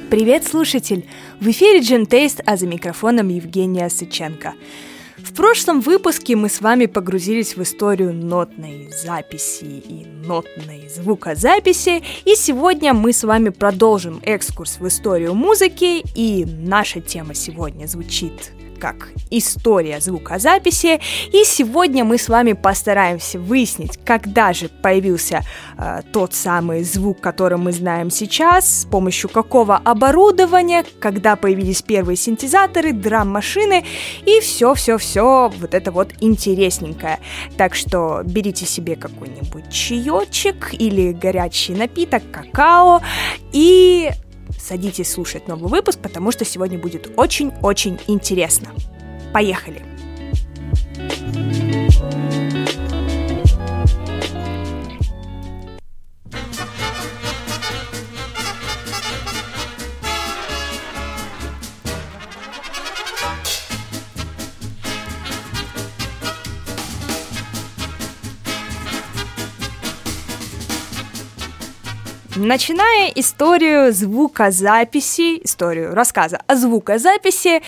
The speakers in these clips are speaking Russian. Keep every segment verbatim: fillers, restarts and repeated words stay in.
Привет, слушатель! В эфире Джем Тейст, а за микрофоном Евгения Сыченко. В прошлом выпуске мы с вами погрузились в историю нотной записи и нотной звукозаписи, и сегодня мы с вами продолжим экскурс в историю музыки, и наша тема сегодня звучит как история звукозаписи, и сегодня мы с вами постараемся выяснить, когда же появился э, тот самый звук, который мы знаем сейчас, с помощью какого оборудования, когда появились первые синтезаторы, драм-машины и все-все-все вот это вот интересненькое. Так что берите себе какой-нибудь чаечек или горячий напиток, какао, и садитесь слушать новый выпуск, потому что сегодня будет очень-очень интересно. Поехали! Начиная историю звукозаписи, историю рассказа о звукозаписи,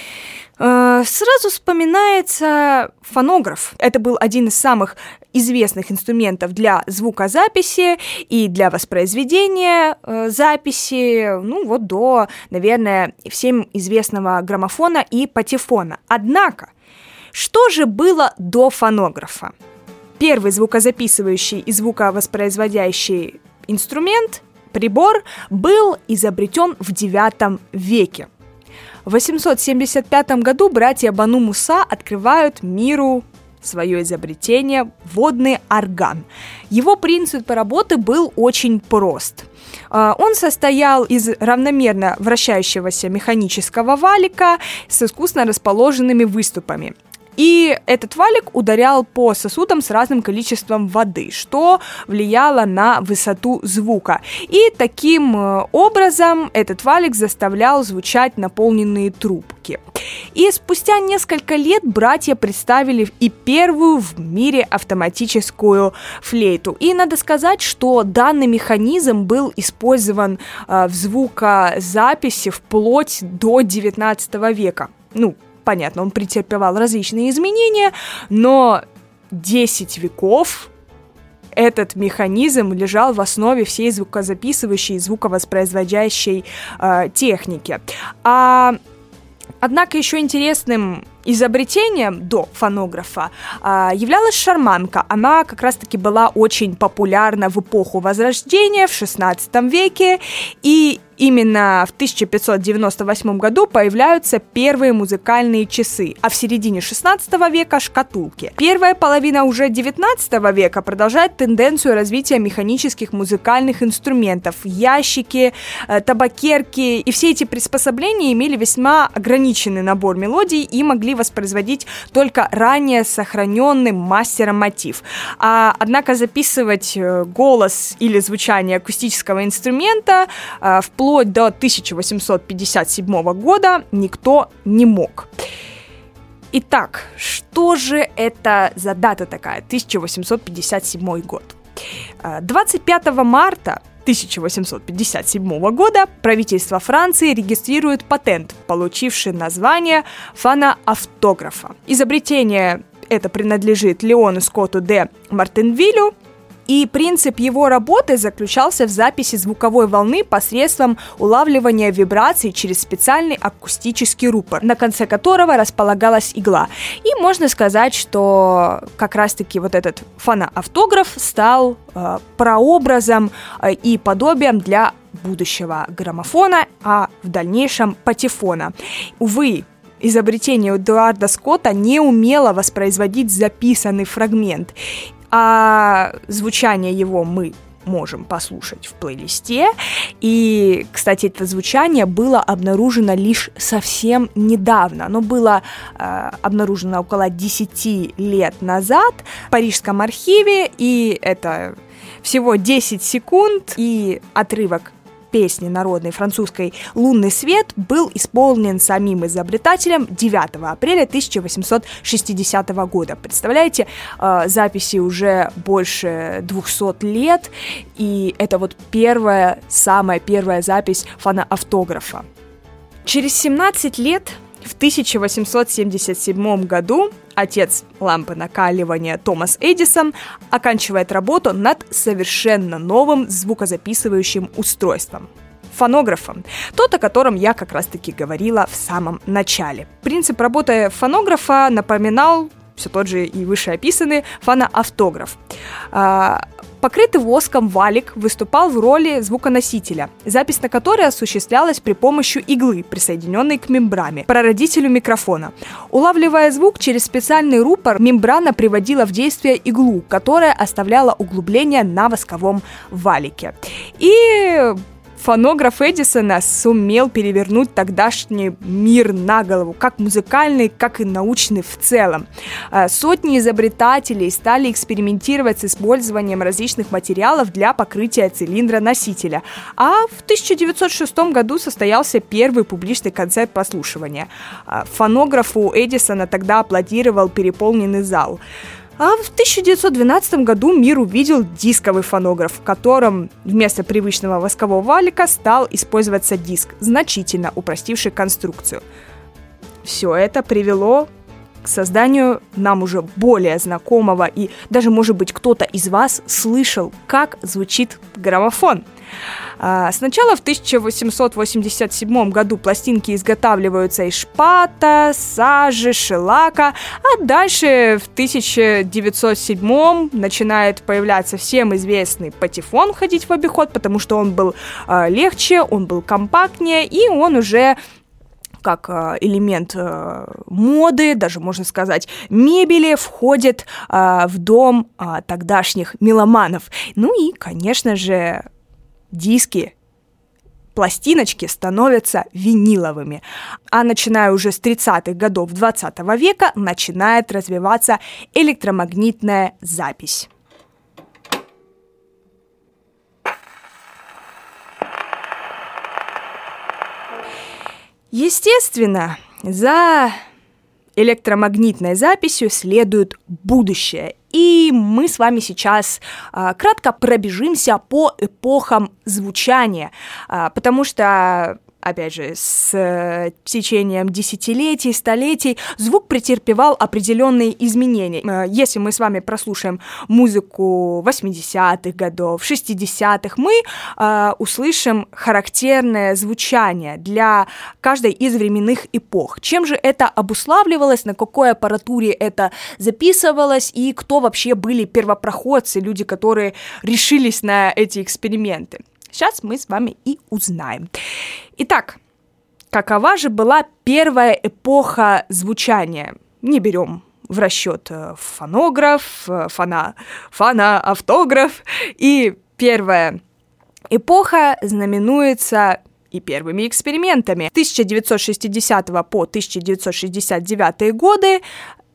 э, сразу вспоминается фонограф. Это был один из самых известных инструментов для звукозаписи и для воспроизведения э, записи, ну вот до, наверное, всем известного граммофона и патефона. Однако, что же было до фонографа? Первый звукозаписывающий и звуковоспроизводящий инструмент, прибор, был изобретен в девятом веке. В восемьсот семьдесят пятом году братья Бану Муса открывают миру свое изобретение – водный орган. Его принцип работы был очень прост. Он состоял из равномерно вращающегося механического валика с искусно расположенными выступами. И этот валик ударял по сосудам с разным количеством воды, что влияло на высоту звука. И таким образом этот валик заставлял звучать наполненные трубки. И спустя несколько лет братья представили и первую в мире автоматическую флейту. И надо сказать, что данный механизм был использован э, в звукозаписи вплоть до девятнадцатого века. Ну, понятно, он претерпевал различные изменения, но десять веков этот механизм лежал в основе всей звукозаписывающей и звуковоспроизводящей э, техники. А, однако еще интересным изобретением до фонографа э, являлась шарманка. Она как раз-таки была очень популярна в эпоху Возрождения в шестнадцатом веке, и именно в тысяча пятьсот девяносто восьмом году появляются первые музыкальные часы, а в середине шестнадцатого века – шкатулки. Первая половина уже девятнадцатого века продолжает тенденцию развития механических музыкальных инструментов. Ящики, э, табакерки и все эти приспособления имели весьма ограниченный набор мелодий и могли воспроизводить только ранее сохраненный мастером мотив. А, однако записывать голос или звучание акустического инструмента э, вплоть до тысяча восемьсот пятьдесят седьмого года никто не мог. Итак, что же это за дата такая, тысяча восемьсот пятьдесят седьмой год? двадцать пятого марта тысяча восемьсот пятьдесят седьмого года правительство Франции регистрирует патент, получивший название фоноавтографа. Изобретение это принадлежит Леону Скотту де Мартенвилю, и принцип его работы заключался в записи звуковой волны посредством улавливания вибраций через специальный акустический рупор, на конце которого располагалась игла. И можно сказать, что как раз-таки вот этот фоноавтограф стал э, прообразом э, и подобием для будущего граммофона, а в дальнейшем патефона. Увы, изобретение Эдуарда Скотта не умело воспроизводить записанный фрагмент, а звучание его мы можем послушать в плейлисте. И, кстати, это звучание было обнаружено лишь совсем недавно. Оно было э, обнаружено около десять лет назад в Парижском архиве, и это всего десять секунд и отрывок песни народной французской «Лунный свет» был исполнен самим изобретателем девятого апреля тысяча восемьсот шестидесятого года. Представляете, записи уже больше двухсот лет, и это вот первая, самая первая запись фоноавтографа. Через семнадцать лет, в тысяча восемьсот семьдесят седьмом году, отец лампы накаливания Томас Эдисон оканчивает работу над совершенно новым звукозаписывающим устройством – фонографом, тот, о котором я как раз-таки говорила в самом начале. Принцип работы фонографа напоминал все тот же и вышеописанный фоноавтограф. Покрытый воском валик выступал в роли звуконосителя, запись на который осуществлялась при помощи иглы, присоединенной к мембране, прародителю микрофона. Улавливая звук через специальный рупор, мембрана приводила в действие иглу, которая оставляла углубление на восковом валике. И фонограф Эдисона сумел перевернуть тогдашний мир на голову, как музыкальный, как и научный в целом. Сотни изобретателей стали экспериментировать с использованием различных материалов для покрытия цилиндра носителя, а в тысяча девятьсот шестом году состоялся первый публичный концерт прослушивания. Фонографу Эдисона тогда аплодировал переполненный зал. А в тысяча девятьсот двенадцатом году мир увидел дисковый фонограф, в котором вместо привычного воскового валика стал использоваться диск, значительно упростивший конструкцию. Все это привело к созданию нам уже более знакомого, и даже, может быть, кто-то из вас слышал, как звучит граммофон. Сначала в тысяча восемьсот восемьдесят седьмом году пластинки изготавливаются из шпата, сажи, шелака, а дальше в тысяча девятьсот седьмом начинает появляться всем известный патефон входить в обиход, потому что он был э, легче, он был компактнее, и он уже как э, элемент э, моды, даже можно сказать мебели, входит э, в дом э, тогдашних меломанов. Ну и, конечно же, диски, пластиночки становятся виниловыми. А начиная уже с тридцатых годов двадцатого века начинает развиваться электромагнитная запись. Естественно, за электромагнитной записью следует будущее. И мы с вами сейчас а, кратко пробежимся по эпохам звучания, а, потому что, опять же, с э, течением десятилетий, столетий звук претерпевал определенные изменения. Э, если мы с вами прослушаем музыку восьмидесятых годов, шестидесятых, мы э, услышим характерное звучание для каждой из временных эпох. Чем же это обуславливалось, на какой аппаратуре это записывалось и кто вообще были первопроходцы, люди, которые решились на эти эксперименты? Сейчас мы с вами и узнаем. Итак, какова же была первая эпоха звучания? Не берем в расчет фонограф, фона, фоноавтограф. И первая эпоха знаменуется и первыми экспериментами. С тысяча девятьсот шестидесятого по тысяча девятьсот шестьдесят девятый годы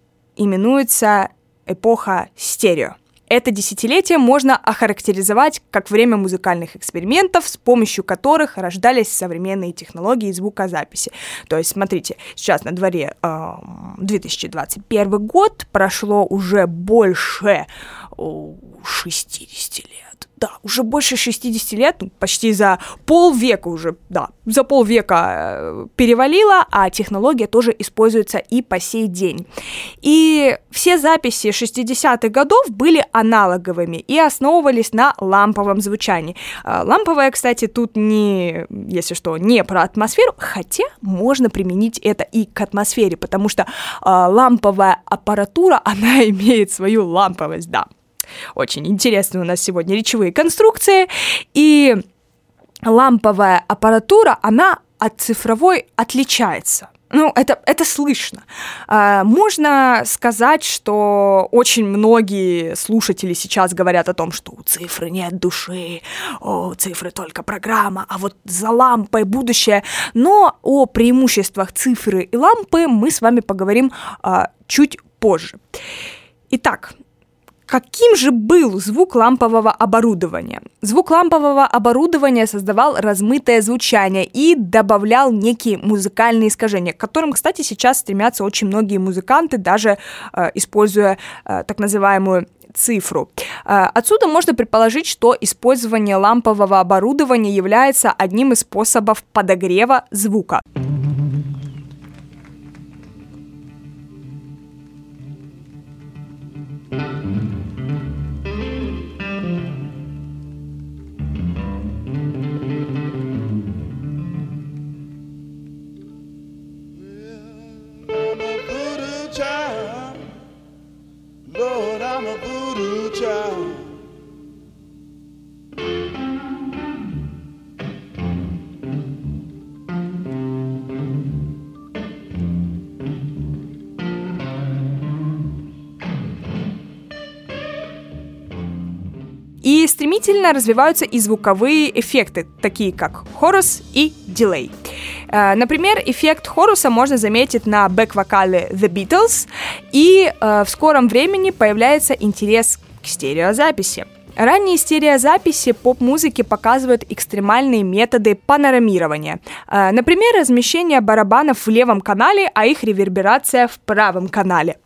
именуется эпоха стерео. Это десятилетие можно охарактеризовать как время музыкальных экспериментов, с помощью которых рождались современные технологии звукозаписи. То есть, смотрите, сейчас на дворе э, две тысячи двадцать первый год, прошло уже больше э, шестидесяти лет. Да, уже больше шестидесяти лет, ну, почти за полвека уже, да, за полвека перевалило, а технология тоже используется и по сей день. И все записи шестидесятых годов были аналоговыми и основывались на ламповом звучании. Ламповое, кстати, тут не, если что, не про атмосферу, хотя можно применить это и к атмосфере, потому что ламповая аппаратура, она имеет свою ламповость, да. Очень интересные у нас сегодня речевые конструкции, и ламповая аппаратура, она от цифровой отличается. Ну, это, это слышно. А, можно сказать, что очень многие слушатели сейчас говорят о том, что у цифры нет души, у цифры только программа, а вот за лампой будущее. Но о преимуществах цифры и лампы мы с вами поговорим а, чуть позже. Итак, Каким же был звук лампового оборудования? Звук лампового оборудования создавал размытое звучание и добавлял некие музыкальные искажения, к которым, кстати, сейчас стремятся очень многие музыканты, даже э, используя э, так называемую цифру. Э, отсюда можно предположить, что использование лампового оборудования является одним из способов подогрева звука. Lord, I'm a voodoo child. И стремительно развиваются и звуковые эффекты, такие как хорус и дилей. Например, эффект хоруса можно заметить на бэк-вокале The Beatles, и э, в скором времени появляется интерес к стереозаписи. Ранние стереозаписи поп-музыки показывают экстремальные методы панорамирования. Э, например, размещение барабанов в левом канале, а их реверберация в правом канале.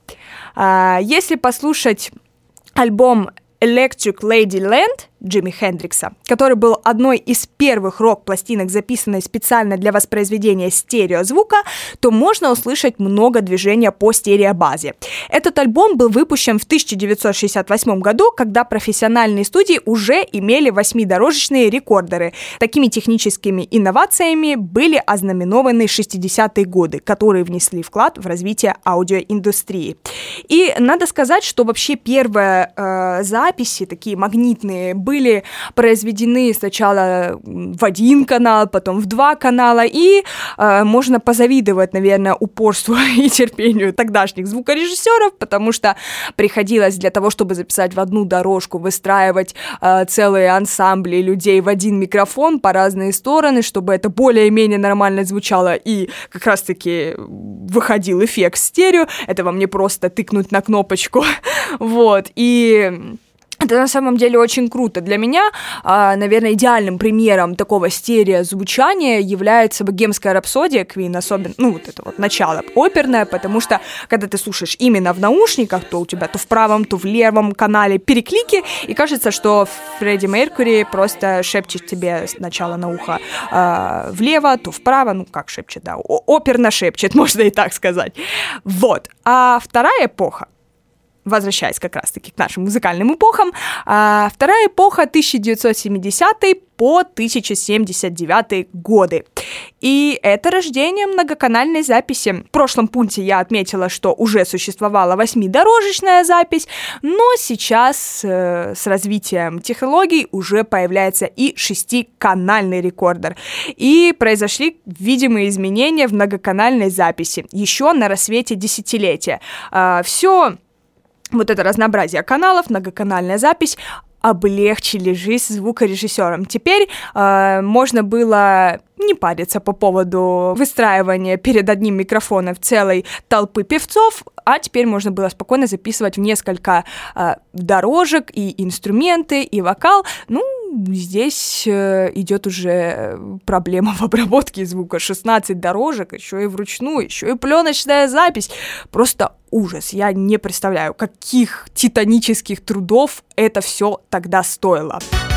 Э, если послушать альбом Electric Ladyland Джимми Хендрикса, который был одной из первых рок-пластинок, записанной специально для воспроизведения стереозвука, то можно услышать много движения по стереобазе. Этот альбом был выпущен в тысяча девятьсот шестьдесят восьмом году, когда профессиональные студии уже имели восьмидорожечные рекордеры. Такими техническими инновациями были ознаменованы шестидесятые годы, которые внесли вклад в развитие аудиоиндустрии. И надо сказать, что вообще первые э, записи, такие магнитные, были произведены сначала в один канал, потом в два канала, и э, можно позавидовать, наверное, упорству и терпению тогдашних звукорежиссеров, потому что приходилось для того, чтобы записать в одну дорожку, выстраивать э, целые ансамбли людей в один микрофон по разные стороны, чтобы это более-менее нормально звучало, и как раз-таки выходил эффект стерео. Это вам не просто тыкнуть на кнопочку, вот, и... Это на самом деле очень круто. Для меня, наверное, идеальным примером такого стереозвучания является «Богемская рапсодия» Queen, особенно, ну, вот это вот начало оперное, потому что, когда ты слушаешь именно в наушниках, то у тебя то в правом, то в левом канале переклики, и кажется, что Фредди Меркьюри просто шепчет тебе сначала на ухо э, влево, то вправо, ну, как шепчет, да, оперно шепчет, можно и так сказать. Вот. А вторая эпоха, возвращаясь как раз-таки к нашим музыкальным эпохам, а, вторая эпоха тысяча девятьсот семидесятые по тысяча семьдесят девятые годы. И это рождение многоканальной записи. В прошлом пункте я отметила, что уже существовала восьмидорожечная запись, но сейчас э, с развитием технологий уже появляется и шестиканальный рекордер. И произошли видимые изменения в многоканальной записи еще на рассвете десятилетия. А, все... Вот это разнообразие каналов, многоканальная запись облегчили жизнь звукорежиссерам. Теперь э, можно было не париться по поводу выстраивания перед одним микрофоном целой толпы певцов, а теперь можно было спокойно записывать в несколько э, дорожек и инструменты, и вокал. Ну, здесь э, идет уже проблема в обработке звука. шестнадцать дорожек, еще и вручную, еще и пленочная запись. Просто ужас. Я не представляю, каких титанических трудов это все тогда стоило.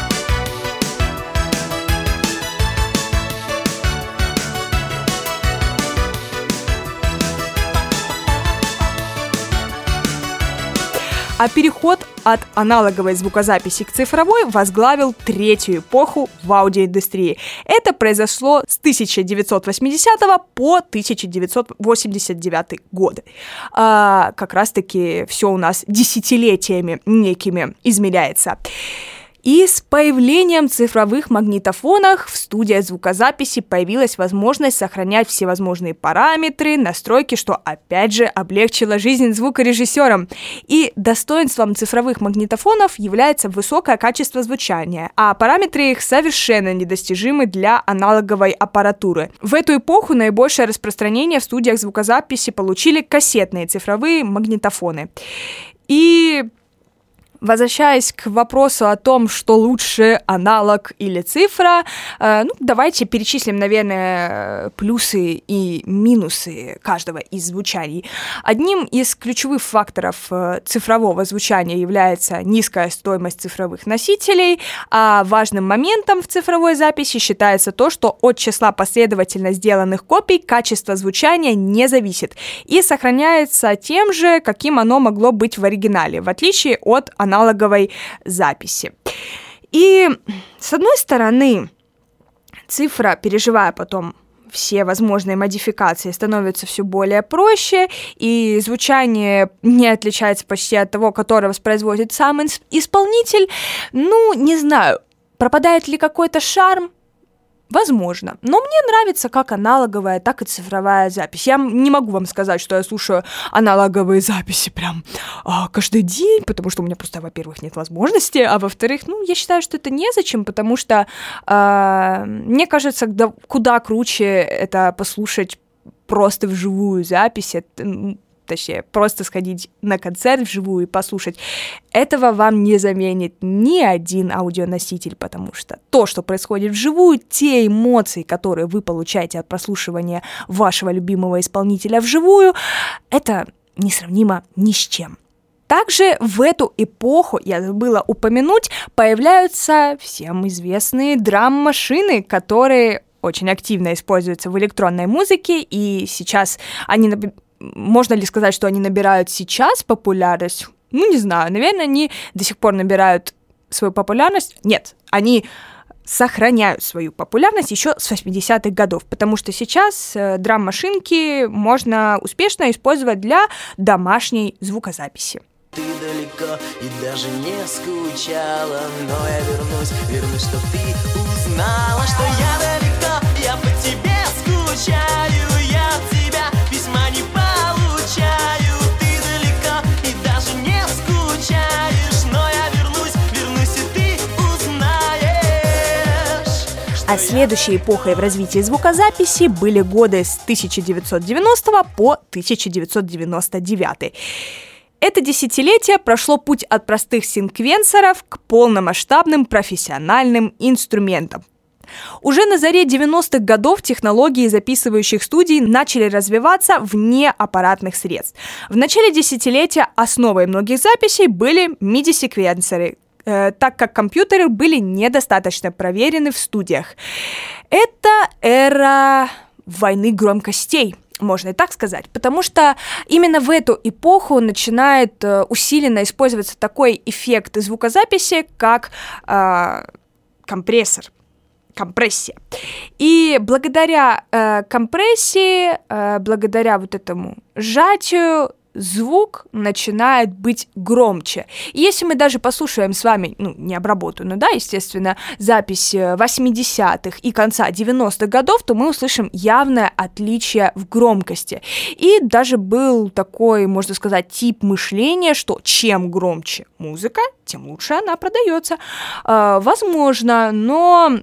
А переход от аналоговой звукозаписи к цифровой возглавил третью эпоху в аудиоиндустрии. Это произошло с тысяча девятьсот восьмидесятого по тысяча девятьсот восемьдесят девятый годы. А, как раз-таки все у нас десятилетиями некими измеряется. И с появлением цифровых магнитофонов в студиях звукозаписи появилась возможность сохранять всевозможные параметры, настройки, что опять же облегчило жизнь звукорежиссерам. И достоинством цифровых магнитофонов является высокое качество звучания, а параметры их совершенно недостижимы для аналоговой аппаратуры. В эту эпоху наибольшее распространение в студиях звукозаписи получили кассетные цифровые магнитофоны. И Возвращаясь к вопросу о том, что лучше, аналог или цифра, э, ну, давайте перечислим, наверное, плюсы и минусы каждого из звучаний. Одним из ключевых факторов цифрового звучания является низкая стоимость цифровых носителей, а важным моментом в цифровой записи считается то, что от числа последовательно сделанных копий качество звучания не зависит и сохраняется тем же, каким оно могло быть в оригинале, в отличие от аналоговой аналоговой записи. И, с одной стороны, цифра, переживая потом все возможные модификации, становится все более проще, и звучание не отличается почти от того, которое воспроизводит сам исполнитель. Ну, не знаю, пропадает ли какой-то шарм? Возможно. Но мне нравится как аналоговая, так и цифровая запись. Я не могу вам сказать, что я слушаю аналоговые записи прям а, каждый день, потому что у меня просто, во-первых, нет возможности, а во-вторых, ну, я считаю, что это незачем, потому что а, мне кажется, да, куда круче это послушать просто вживую запись, это, точнее, просто сходить на концерт вживую и послушать. Этого вам не заменит ни один аудионоситель, потому что то, что происходит вживую, те эмоции, которые вы получаете от прослушивания вашего любимого исполнителя вживую, это несравнимо ни с чем. Также в эту эпоху, я забыла упомянуть, появляются всем известные драм-машины, которые очень активно используются в электронной музыке, и сейчас они... Можно ли сказать, что они набирают сейчас популярность? Ну, не знаю. Наверное, они до сих пор набирают свою популярность. Нет, они сохраняют свою популярность еще с восьмидесятых годов, потому что сейчас э, драм-машинки можно успешно использовать для домашней звукозаписи. Ты далеко и даже не скучала, но я вернусь, вернусь, чтоб ты узнала, что я далеко, я по тебе скучаю, я от тебя письма не получаю. Ты далеко и даже не скучаешь, но я вернусь, вернусь, и ты узнаешь. А следующей эпохой в развитии звукозаписи были годы с тысяча девятьсот девяностого по тысяча девятьсот девяносто девятый. Это десятилетие прошло путь от простых секвенсоров к полномасштабным профессиональным инструментам. Уже на заре девяностых годов технологии записывающих студий начали развиваться вне аппаратных средств. В начале десятилетия основой многих записей были миди-секвенсоры, э, так как компьютеры были недостаточно проверены в студиях. Это эра войны громкостей, можно и так сказать, потому что именно в эту эпоху начинает э, усиленно использоваться такой эффект звукозаписи, как э, компрессор. компрессия. И благодаря э, компрессии, э, благодаря вот этому сжатию, звук начинает быть громче. И если мы даже послушаем с вами, ну, не обработанную, да, естественно, запись восьмидесятых и конца девяностых годов, то мы услышим явное отличие в громкости. И даже был такой, можно сказать, тип мышления, что чем громче музыка, тем лучше она продается. Э, возможно, но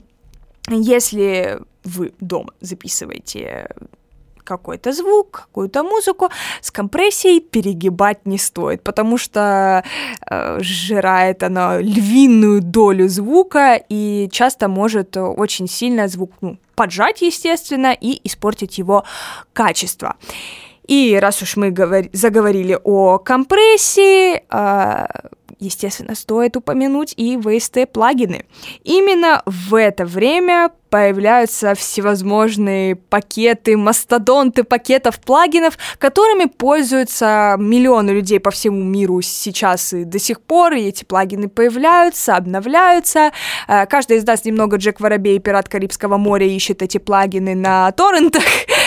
если вы дома записываете какой-то звук, какую-то музыку, с компрессией перегибать не стоит, потому что э, сжирает она львиную долю звука и часто может очень сильно звук, ну, поджать, естественно, и испортить его качество. И раз уж мы говор- заговорили о компрессии, э, естественно, стоит упомянуть и ви эс ти-плагины. Именно в это время появляются всевозможные пакеты, мастодонты пакетов плагинов, которыми пользуются миллионы людей по всему миру сейчас и до сих пор, и эти плагины появляются, обновляются. Каждый из нас немного Джек Воробей и Пират Карибского моря ищет эти плагины на торрентах.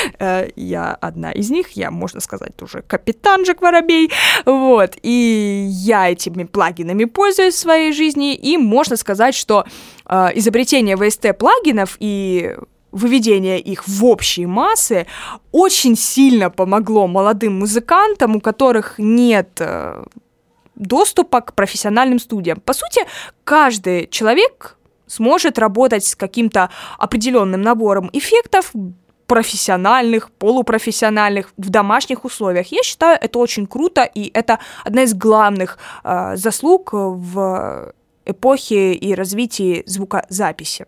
Я одна из них, я, можно сказать, уже капитан Джек Воробей, вот, и я этими плагинами пользуюсь в своей жизни, и можно сказать, что э, изобретение ви эс ти-плагинов и выведение их в общие массы очень сильно помогло молодым музыкантам, у которых нет э, доступа к профессиональным студиям. По сути, каждый человек сможет работать с каким-то определенным набором эффектов профессиональных, полупрофессиональных, в домашних условиях. Я считаю, это очень круто, и это одна из главных э, заслуг в эпохе и развитии звукозаписи.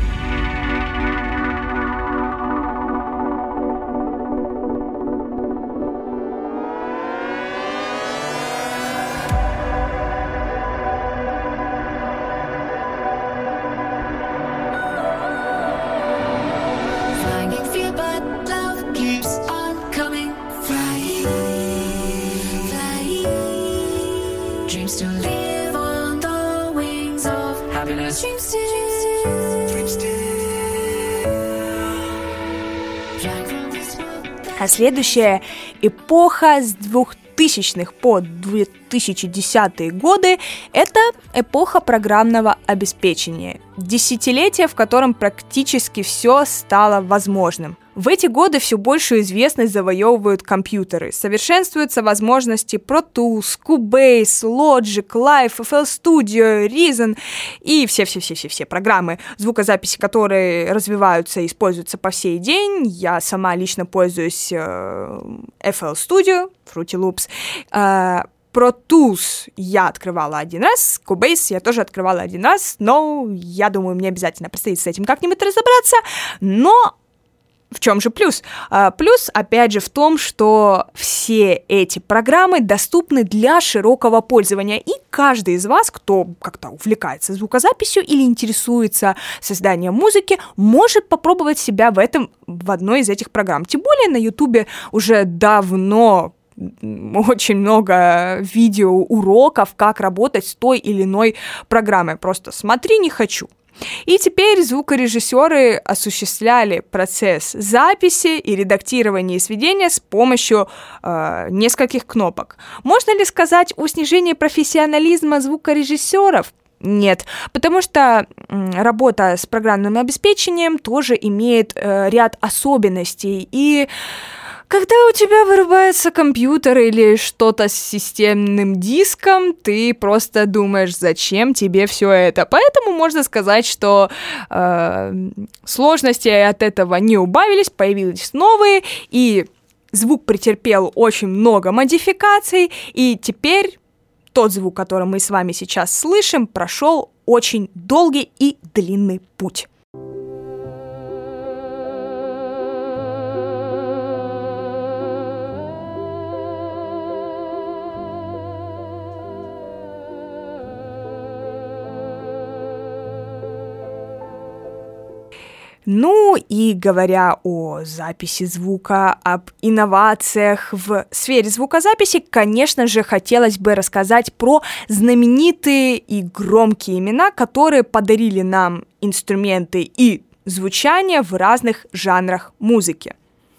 А следующая эпоха с двухтысячных по две тысячи десятые годы – это эпоха программного обеспечения. Десятилетие, в котором практически все стало возможным. В эти годы все большую известность завоевывают компьютеры. Совершенствуются возможности Pro Tools, Cubase, Logic, Live, эф эл Studio, Reason и все-все-все-все программы звукозаписи, которые развиваются и используются по сей день. Я сама лично пользуюсь э, эф эл Studio, Fruity Loops. Э, Pro Tools я открывала один раз, Cubase я тоже открывала один раз, но я думаю, мне обязательно предстоит с этим как-нибудь разобраться, но в чем же плюс? А, плюс, опять же, в том, что все эти программы доступны для широкого пользования, и каждый из вас, кто как-то увлекается звукозаписью или интересуется созданием музыки, может попробовать себя в этом, в одной из этих программ. Тем более на Ютубе уже давно очень много видеоуроков, как работать с той или иной программой. Просто смотри, не хочу. И теперь звукорежиссеры осуществляли процесс записи и редактирования и сведения с помощью э, нескольких кнопок. Можно ли сказать о снижении профессионализма звукорежиссеров? Нет, потому что работа с программным обеспечением тоже имеет э, ряд особенностей, и когда у тебя вырубается компьютер или что-то с системным диском, ты просто думаешь, зачем тебе все это. Поэтому можно сказать, что э, сложности от этого не убавились, появились новые, и звук претерпел очень много модификаций, и теперь тот звук, который мы с вами сейчас слышим, прошел очень долгий и длинный путь. Ну и говоря о записи звука, об инновациях в сфере звукозаписи, конечно же, хотелось бы рассказать про знаменитые и громкие имена, которые подарили нам инструменты и звучание в разных жанрах музыки.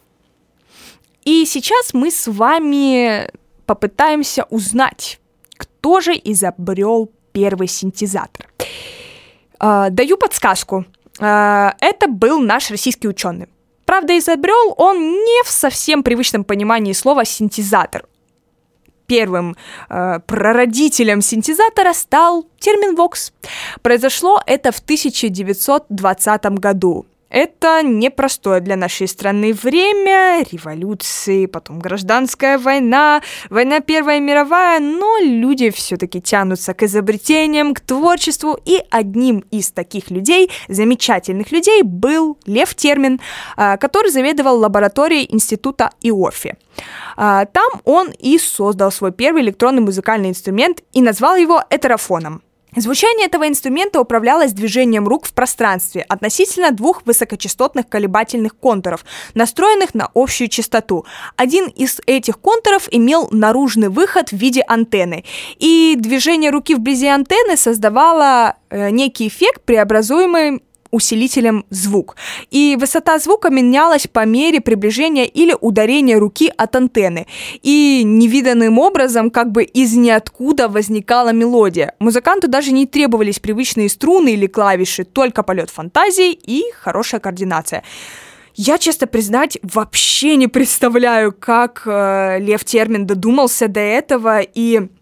И сейчас мы с вами попытаемся узнать, кто же изобрел первый синтезатор. Даю подсказку. Это был наш российский ученый. Правда, изобрел он не в совсем привычном понимании слова «синтезатор». Первым э, прародителем синтезатора стал термин «вокс». Произошло это в тысяча девятьсот двадцатом году. Это непростое для нашей страны время, революции, потом гражданская война, война Первая мировая, но люди все-таки тянутся к изобретениям, к творчеству, и одним из таких людей, замечательных людей, был Лев Термин, который заведовал лабораторией института Иоффе. Там он и создал свой первый электронный музыкальный инструмент и назвал его этерофоном. Звучание этого инструмента управлялось движением рук в пространстве относительно двух высокочастотных колебательных контуров, настроенных на общую частоту. Один из этих контуров имел наружный выход в виде антенны, и движение руки вблизи антенны создавало э, некий эффект, преобразуемый усилителем звук. И высота звука менялась по мере приближения или ударения руки от антенны. И невиданным образом, как бы из ниоткуда, возникала мелодия. Музыканту даже не требовались привычные струны или клавиши, только полет фантазии и хорошая координация. Я, честно признать, вообще не представляю, как э, Лев Термин додумался до этого, и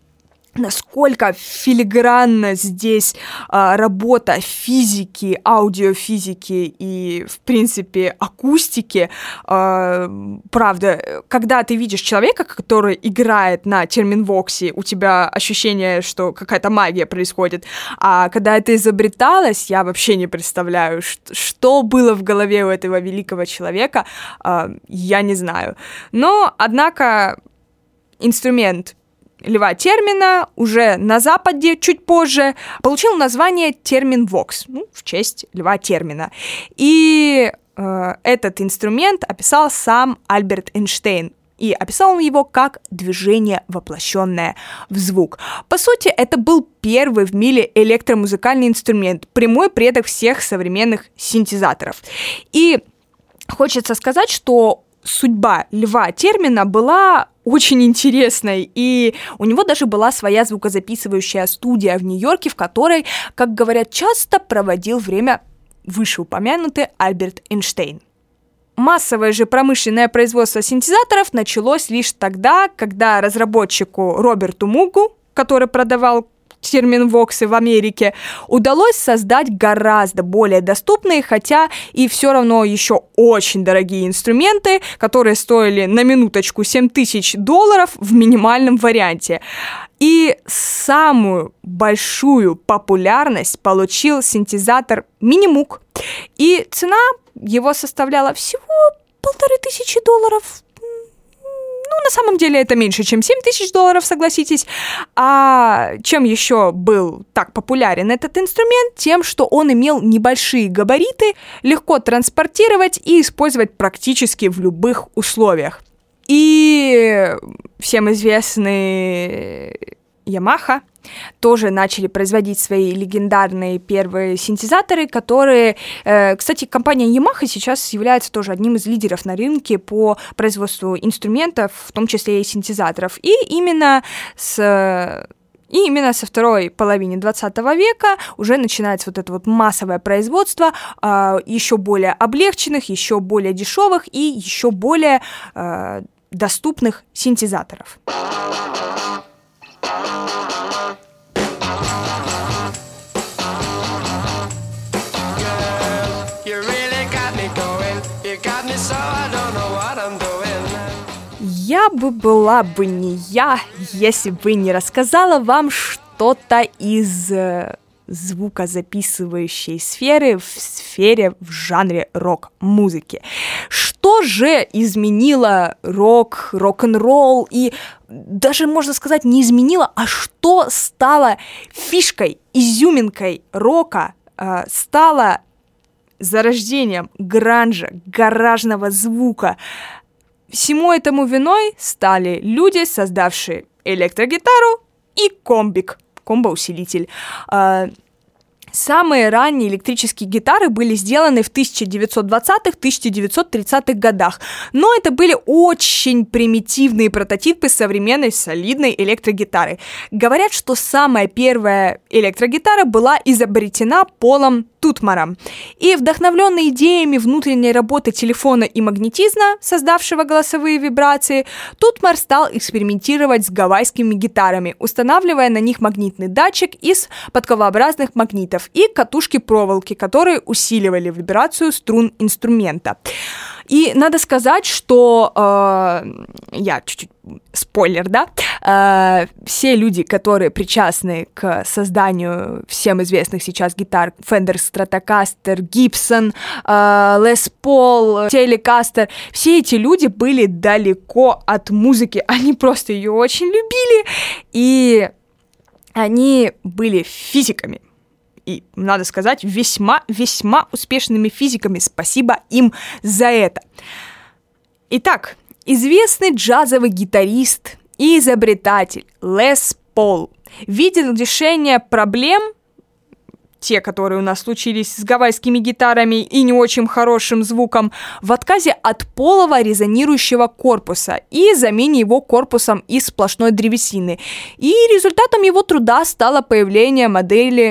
насколько филигранно здесь а, работа физики, аудиофизики и, в принципе, акустики. А, правда, когда ты видишь человека, который играет на терминвоксе, у тебя ощущение, что какая-то магия происходит. А когда это изобреталось, я вообще не представляю, что было в голове у этого великого человека, а, я не знаю. Но, однако, инструмент Льва Термина уже на Западе чуть позже получил название терминвокс, ну, в честь Льва Термина. И э, этот инструмент описал сам Альберт Эйнштейн. И описал он его как движение, воплощенное в звук. По сути, это был первый в мире электромузыкальный инструмент, прямой предок всех современных синтезаторов. И хочется сказать, что судьба Льва Термина была очень интересной, и у него даже была своя звукозаписывающая студия в Нью-Йорке, в которой, как говорят, часто проводил время вышеупомянутый Альберт Эйнштейн. Массовое же промышленное производство синтезаторов началось лишь тогда, когда разработчику Роберту Мугу, который продавал терминвоксы в Америке, удалось создать гораздо более доступные, хотя и все равно еще очень дорогие инструменты, которые стоили на минуточку семь тысяч долларов в минимальном варианте. И самую большую популярность получил синтезатор Минимук. И цена его составляла всего полторы тысячи долларов. Ну, на самом деле это меньше, чем семь тысяч долларов, согласитесь. А чем еще был так популярен этот инструмент? Тем, что он имел небольшие габариты, легко транспортировать и использовать практически в любых условиях. И всем известный Yamaha тоже начали производить свои легендарные первые синтезаторы, которые, э, кстати, компания Yamaha сейчас является тоже одним из лидеров на рынке по производству инструментов, в том числе и синтезаторов. И именно с... И именно со второй половины двадцатого века уже начинается вот это вот массовое производство э, еще более облегченных, еще более дешевых и еще более э, доступных синтезаторов. Я бы была бы не я, если бы не рассказала вам что-то из э, звукозаписывающей сферы в сфере в жанре рок-музыки. Что же изменило рок, рок-н-ролл и даже, можно сказать, не изменило, а что стало фишкой, изюминкой рока, э, стало зарождением гранжа, гаражного звука. Всему этому виной стали люди, создавшие электрогитару и комбик, комбо-усилитель. Самые ранние электрические гитары были сделаны в тысяча девятьсот двадцатых - тысяча девятьсот тридцатых годах, но это были очень примитивные прототипы современной солидной электрогитары. Говорят, что самая первая электрогитара была изобретена Полом Тутмаром. И вдохновленный идеями внутренней работы телефона и магнетизма, создавшего голосовые вибрации, Тутмар стал экспериментировать с гавайскими гитарами, устанавливая на них магнитный датчик из подковообразных магнитов и катушки проволоки, которые усиливали вибрацию струн инструмента. И надо сказать, что э, я чуть-чуть спойлер, да, э, все люди, которые причастны к созданию всем известных сейчас гитар Fender Stratocaster, Gibson, э, Les Paul, Telecaster, все эти люди были далеко от музыки, они просто ее очень любили, и они были физиками. И, надо сказать, весьма-весьма успешными физиками. Спасибо им за это. Итак, известный джазовый гитарист и изобретатель Лес Пол видел решение проблем, те, которые у нас случились с гавайскими гитарами и не очень хорошим звуком, в отказе от полого резонирующего корпуса и замене его корпусом из сплошной древесины. И результатом его труда стало появление модели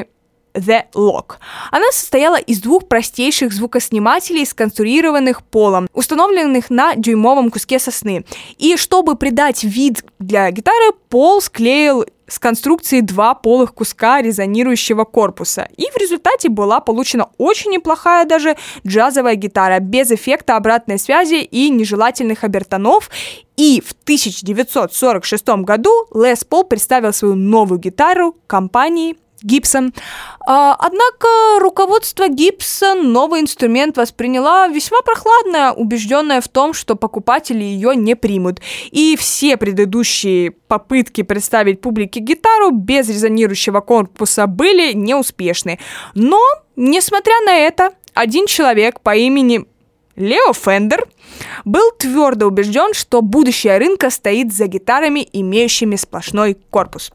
The Lock. Она состояла из двух простейших звукоснимателей, сконструированных полом, установленных на дюймовом куске сосны. И чтобы придать вид для гитары, Пол склеил с конструкции два полых куска резонирующего корпуса. И в результате была получена очень неплохая даже джазовая гитара, без эффекта обратной связи и нежелательных обертонов. И в тысяча девятьсот сорок шестом году Лес Пол представил свою новую гитару компании Gibson. Однако руководство Gibson новый инструмент восприняла весьма прохладно, убежденная в том, что покупатели ее не примут. И все предыдущие попытки представить публике гитару без резонирующего корпуса были неуспешны. Но, несмотря на это, один человек по имени Лео Фендер был твердо убежден, что будущее рынка стоит за гитарами, имеющими сплошной корпус.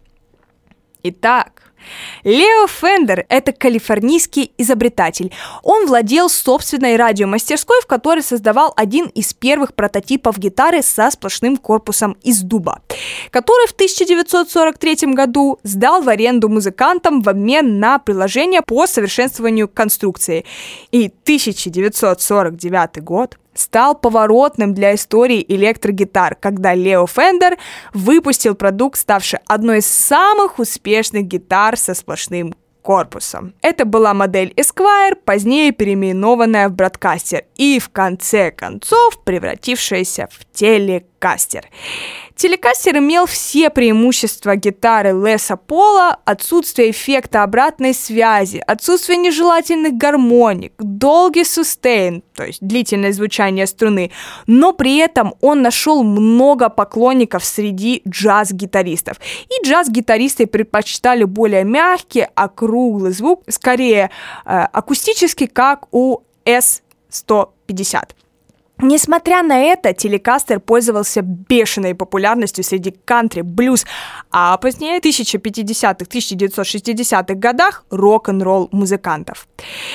Итак, Лео Фендер – это калифорнийский изобретатель. Он владел собственной радиомастерской, в которой создавал один из первых прототипов гитары со сплошным корпусом из дуба, который в тысяча девятьсот сорок третьем году сдал в аренду музыкантам в обмен на приложение по совершенствованию конструкции. И тысяча девятьсот сорок девятый год стал поворотным для истории электрогитар, когда Лео Фендер выпустил продукт, ставший одной из самых успешных гитар со сплошным корпусом. Это была модель Esquire, позднее переименованная в Broadcaster и в конце концов превратившаяся в телекастер. Телекастер имел все преимущества гитары Леса Пола: отсутствие эффекта обратной связи, отсутствие нежелательных гармоник, долгий сустейн, то есть длительное звучание струны, но при этом он нашел много поклонников среди джаз-гитаристов. И джаз-гитаристы предпочитали более мягкий, округлый звук, скорее э, акустический, как у эс сто пятьдесят. Несмотря на это, телекастер пользовался бешеной популярностью среди кантри, блюз, а позднее, в тысяча пятидесятых - тысяча девятьсот шестидесятых годах, рок-н-ролл музыкантов.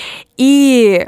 И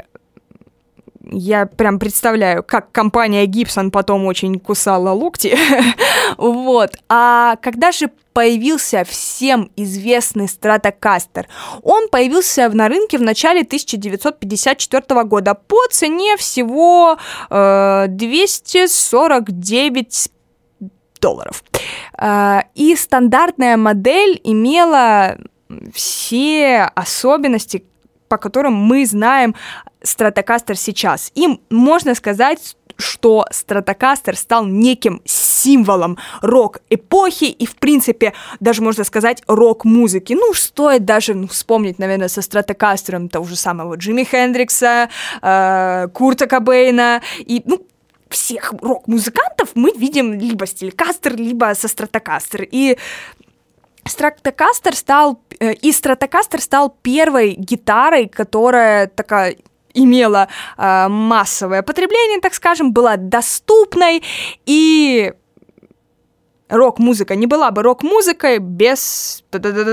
я прям представляю, как компания Gibson потом очень кусала локти. Вот. А когда же появился всем известный Stratocaster? Он появился на рынке в начале тысяча девятьсот пятьдесят четвёртого года по цене всего э, двести сорок девять долларов. Э, и стандартная модель имела все особенности, по которым мы знаем Stratocaster сейчас. И можно сказать, что Stratocaster стал неким символом рок-эпохи и, в принципе, даже можно сказать, рок-музыки. Ну, стоит даже ну, вспомнить, наверное, со Stratocaster'ом того же самого Джимми Хендрикса, э, Курта Кобейна и, ну, всех рок-музыкантов мы видим либо с Telecaster, либо со Stratocaster. И Stratocaster стал, э, и Stratocaster стал первой гитарой, которая такая имела э, массовое потребление, так скажем, была доступной, и рок-музыка не была бы рок-музыкой без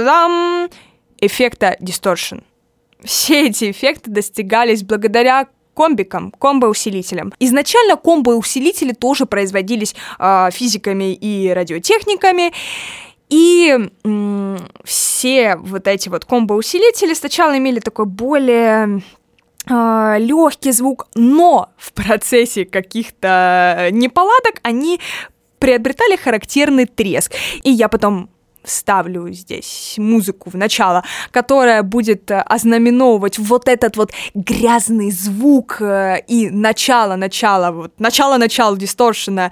эффекта distortion. Все эти эффекты достигались благодаря комбикам, комбо-усилителям. Изначально комбо-усилители тоже производились э, физиками и радиотехниками, и м- все вот эти вот комбо-усилители сначала имели такой более легкий звук, но в процессе каких-то неполадок они приобретали характерный треск. И я потом ставлю здесь музыку в начало, которая будет ознаменовывать вот этот вот грязный звук и начало-начало, вот начало-начало дисторшена.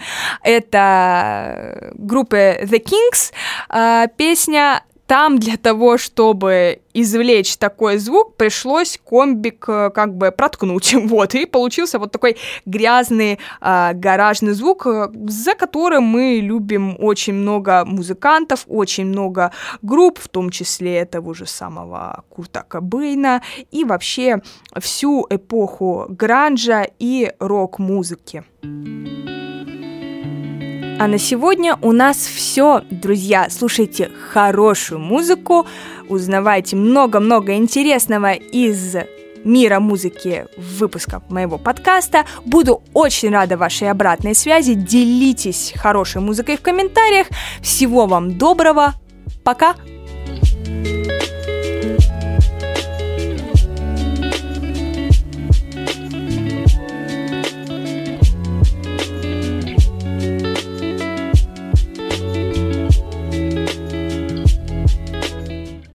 Это группы The Kings, песня. Там для того, чтобы извлечь такой звук, пришлось комбик как бы проткнуть, вот, и получился вот такой грязный э, гаражный звук, за которым мы любим очень много музыкантов, очень много групп, в том числе того же самого Курта Кобейна, и вообще всю эпоху гранжа и рок-музыки. А на сегодня у нас все, друзья. Слушайте хорошую музыку, узнавайте много-много интересного из мира музыки в выпусках моего подкаста. Буду очень рада вашей обратной связи. Делитесь хорошей музыкой в комментариях. Всего вам доброго. Пока!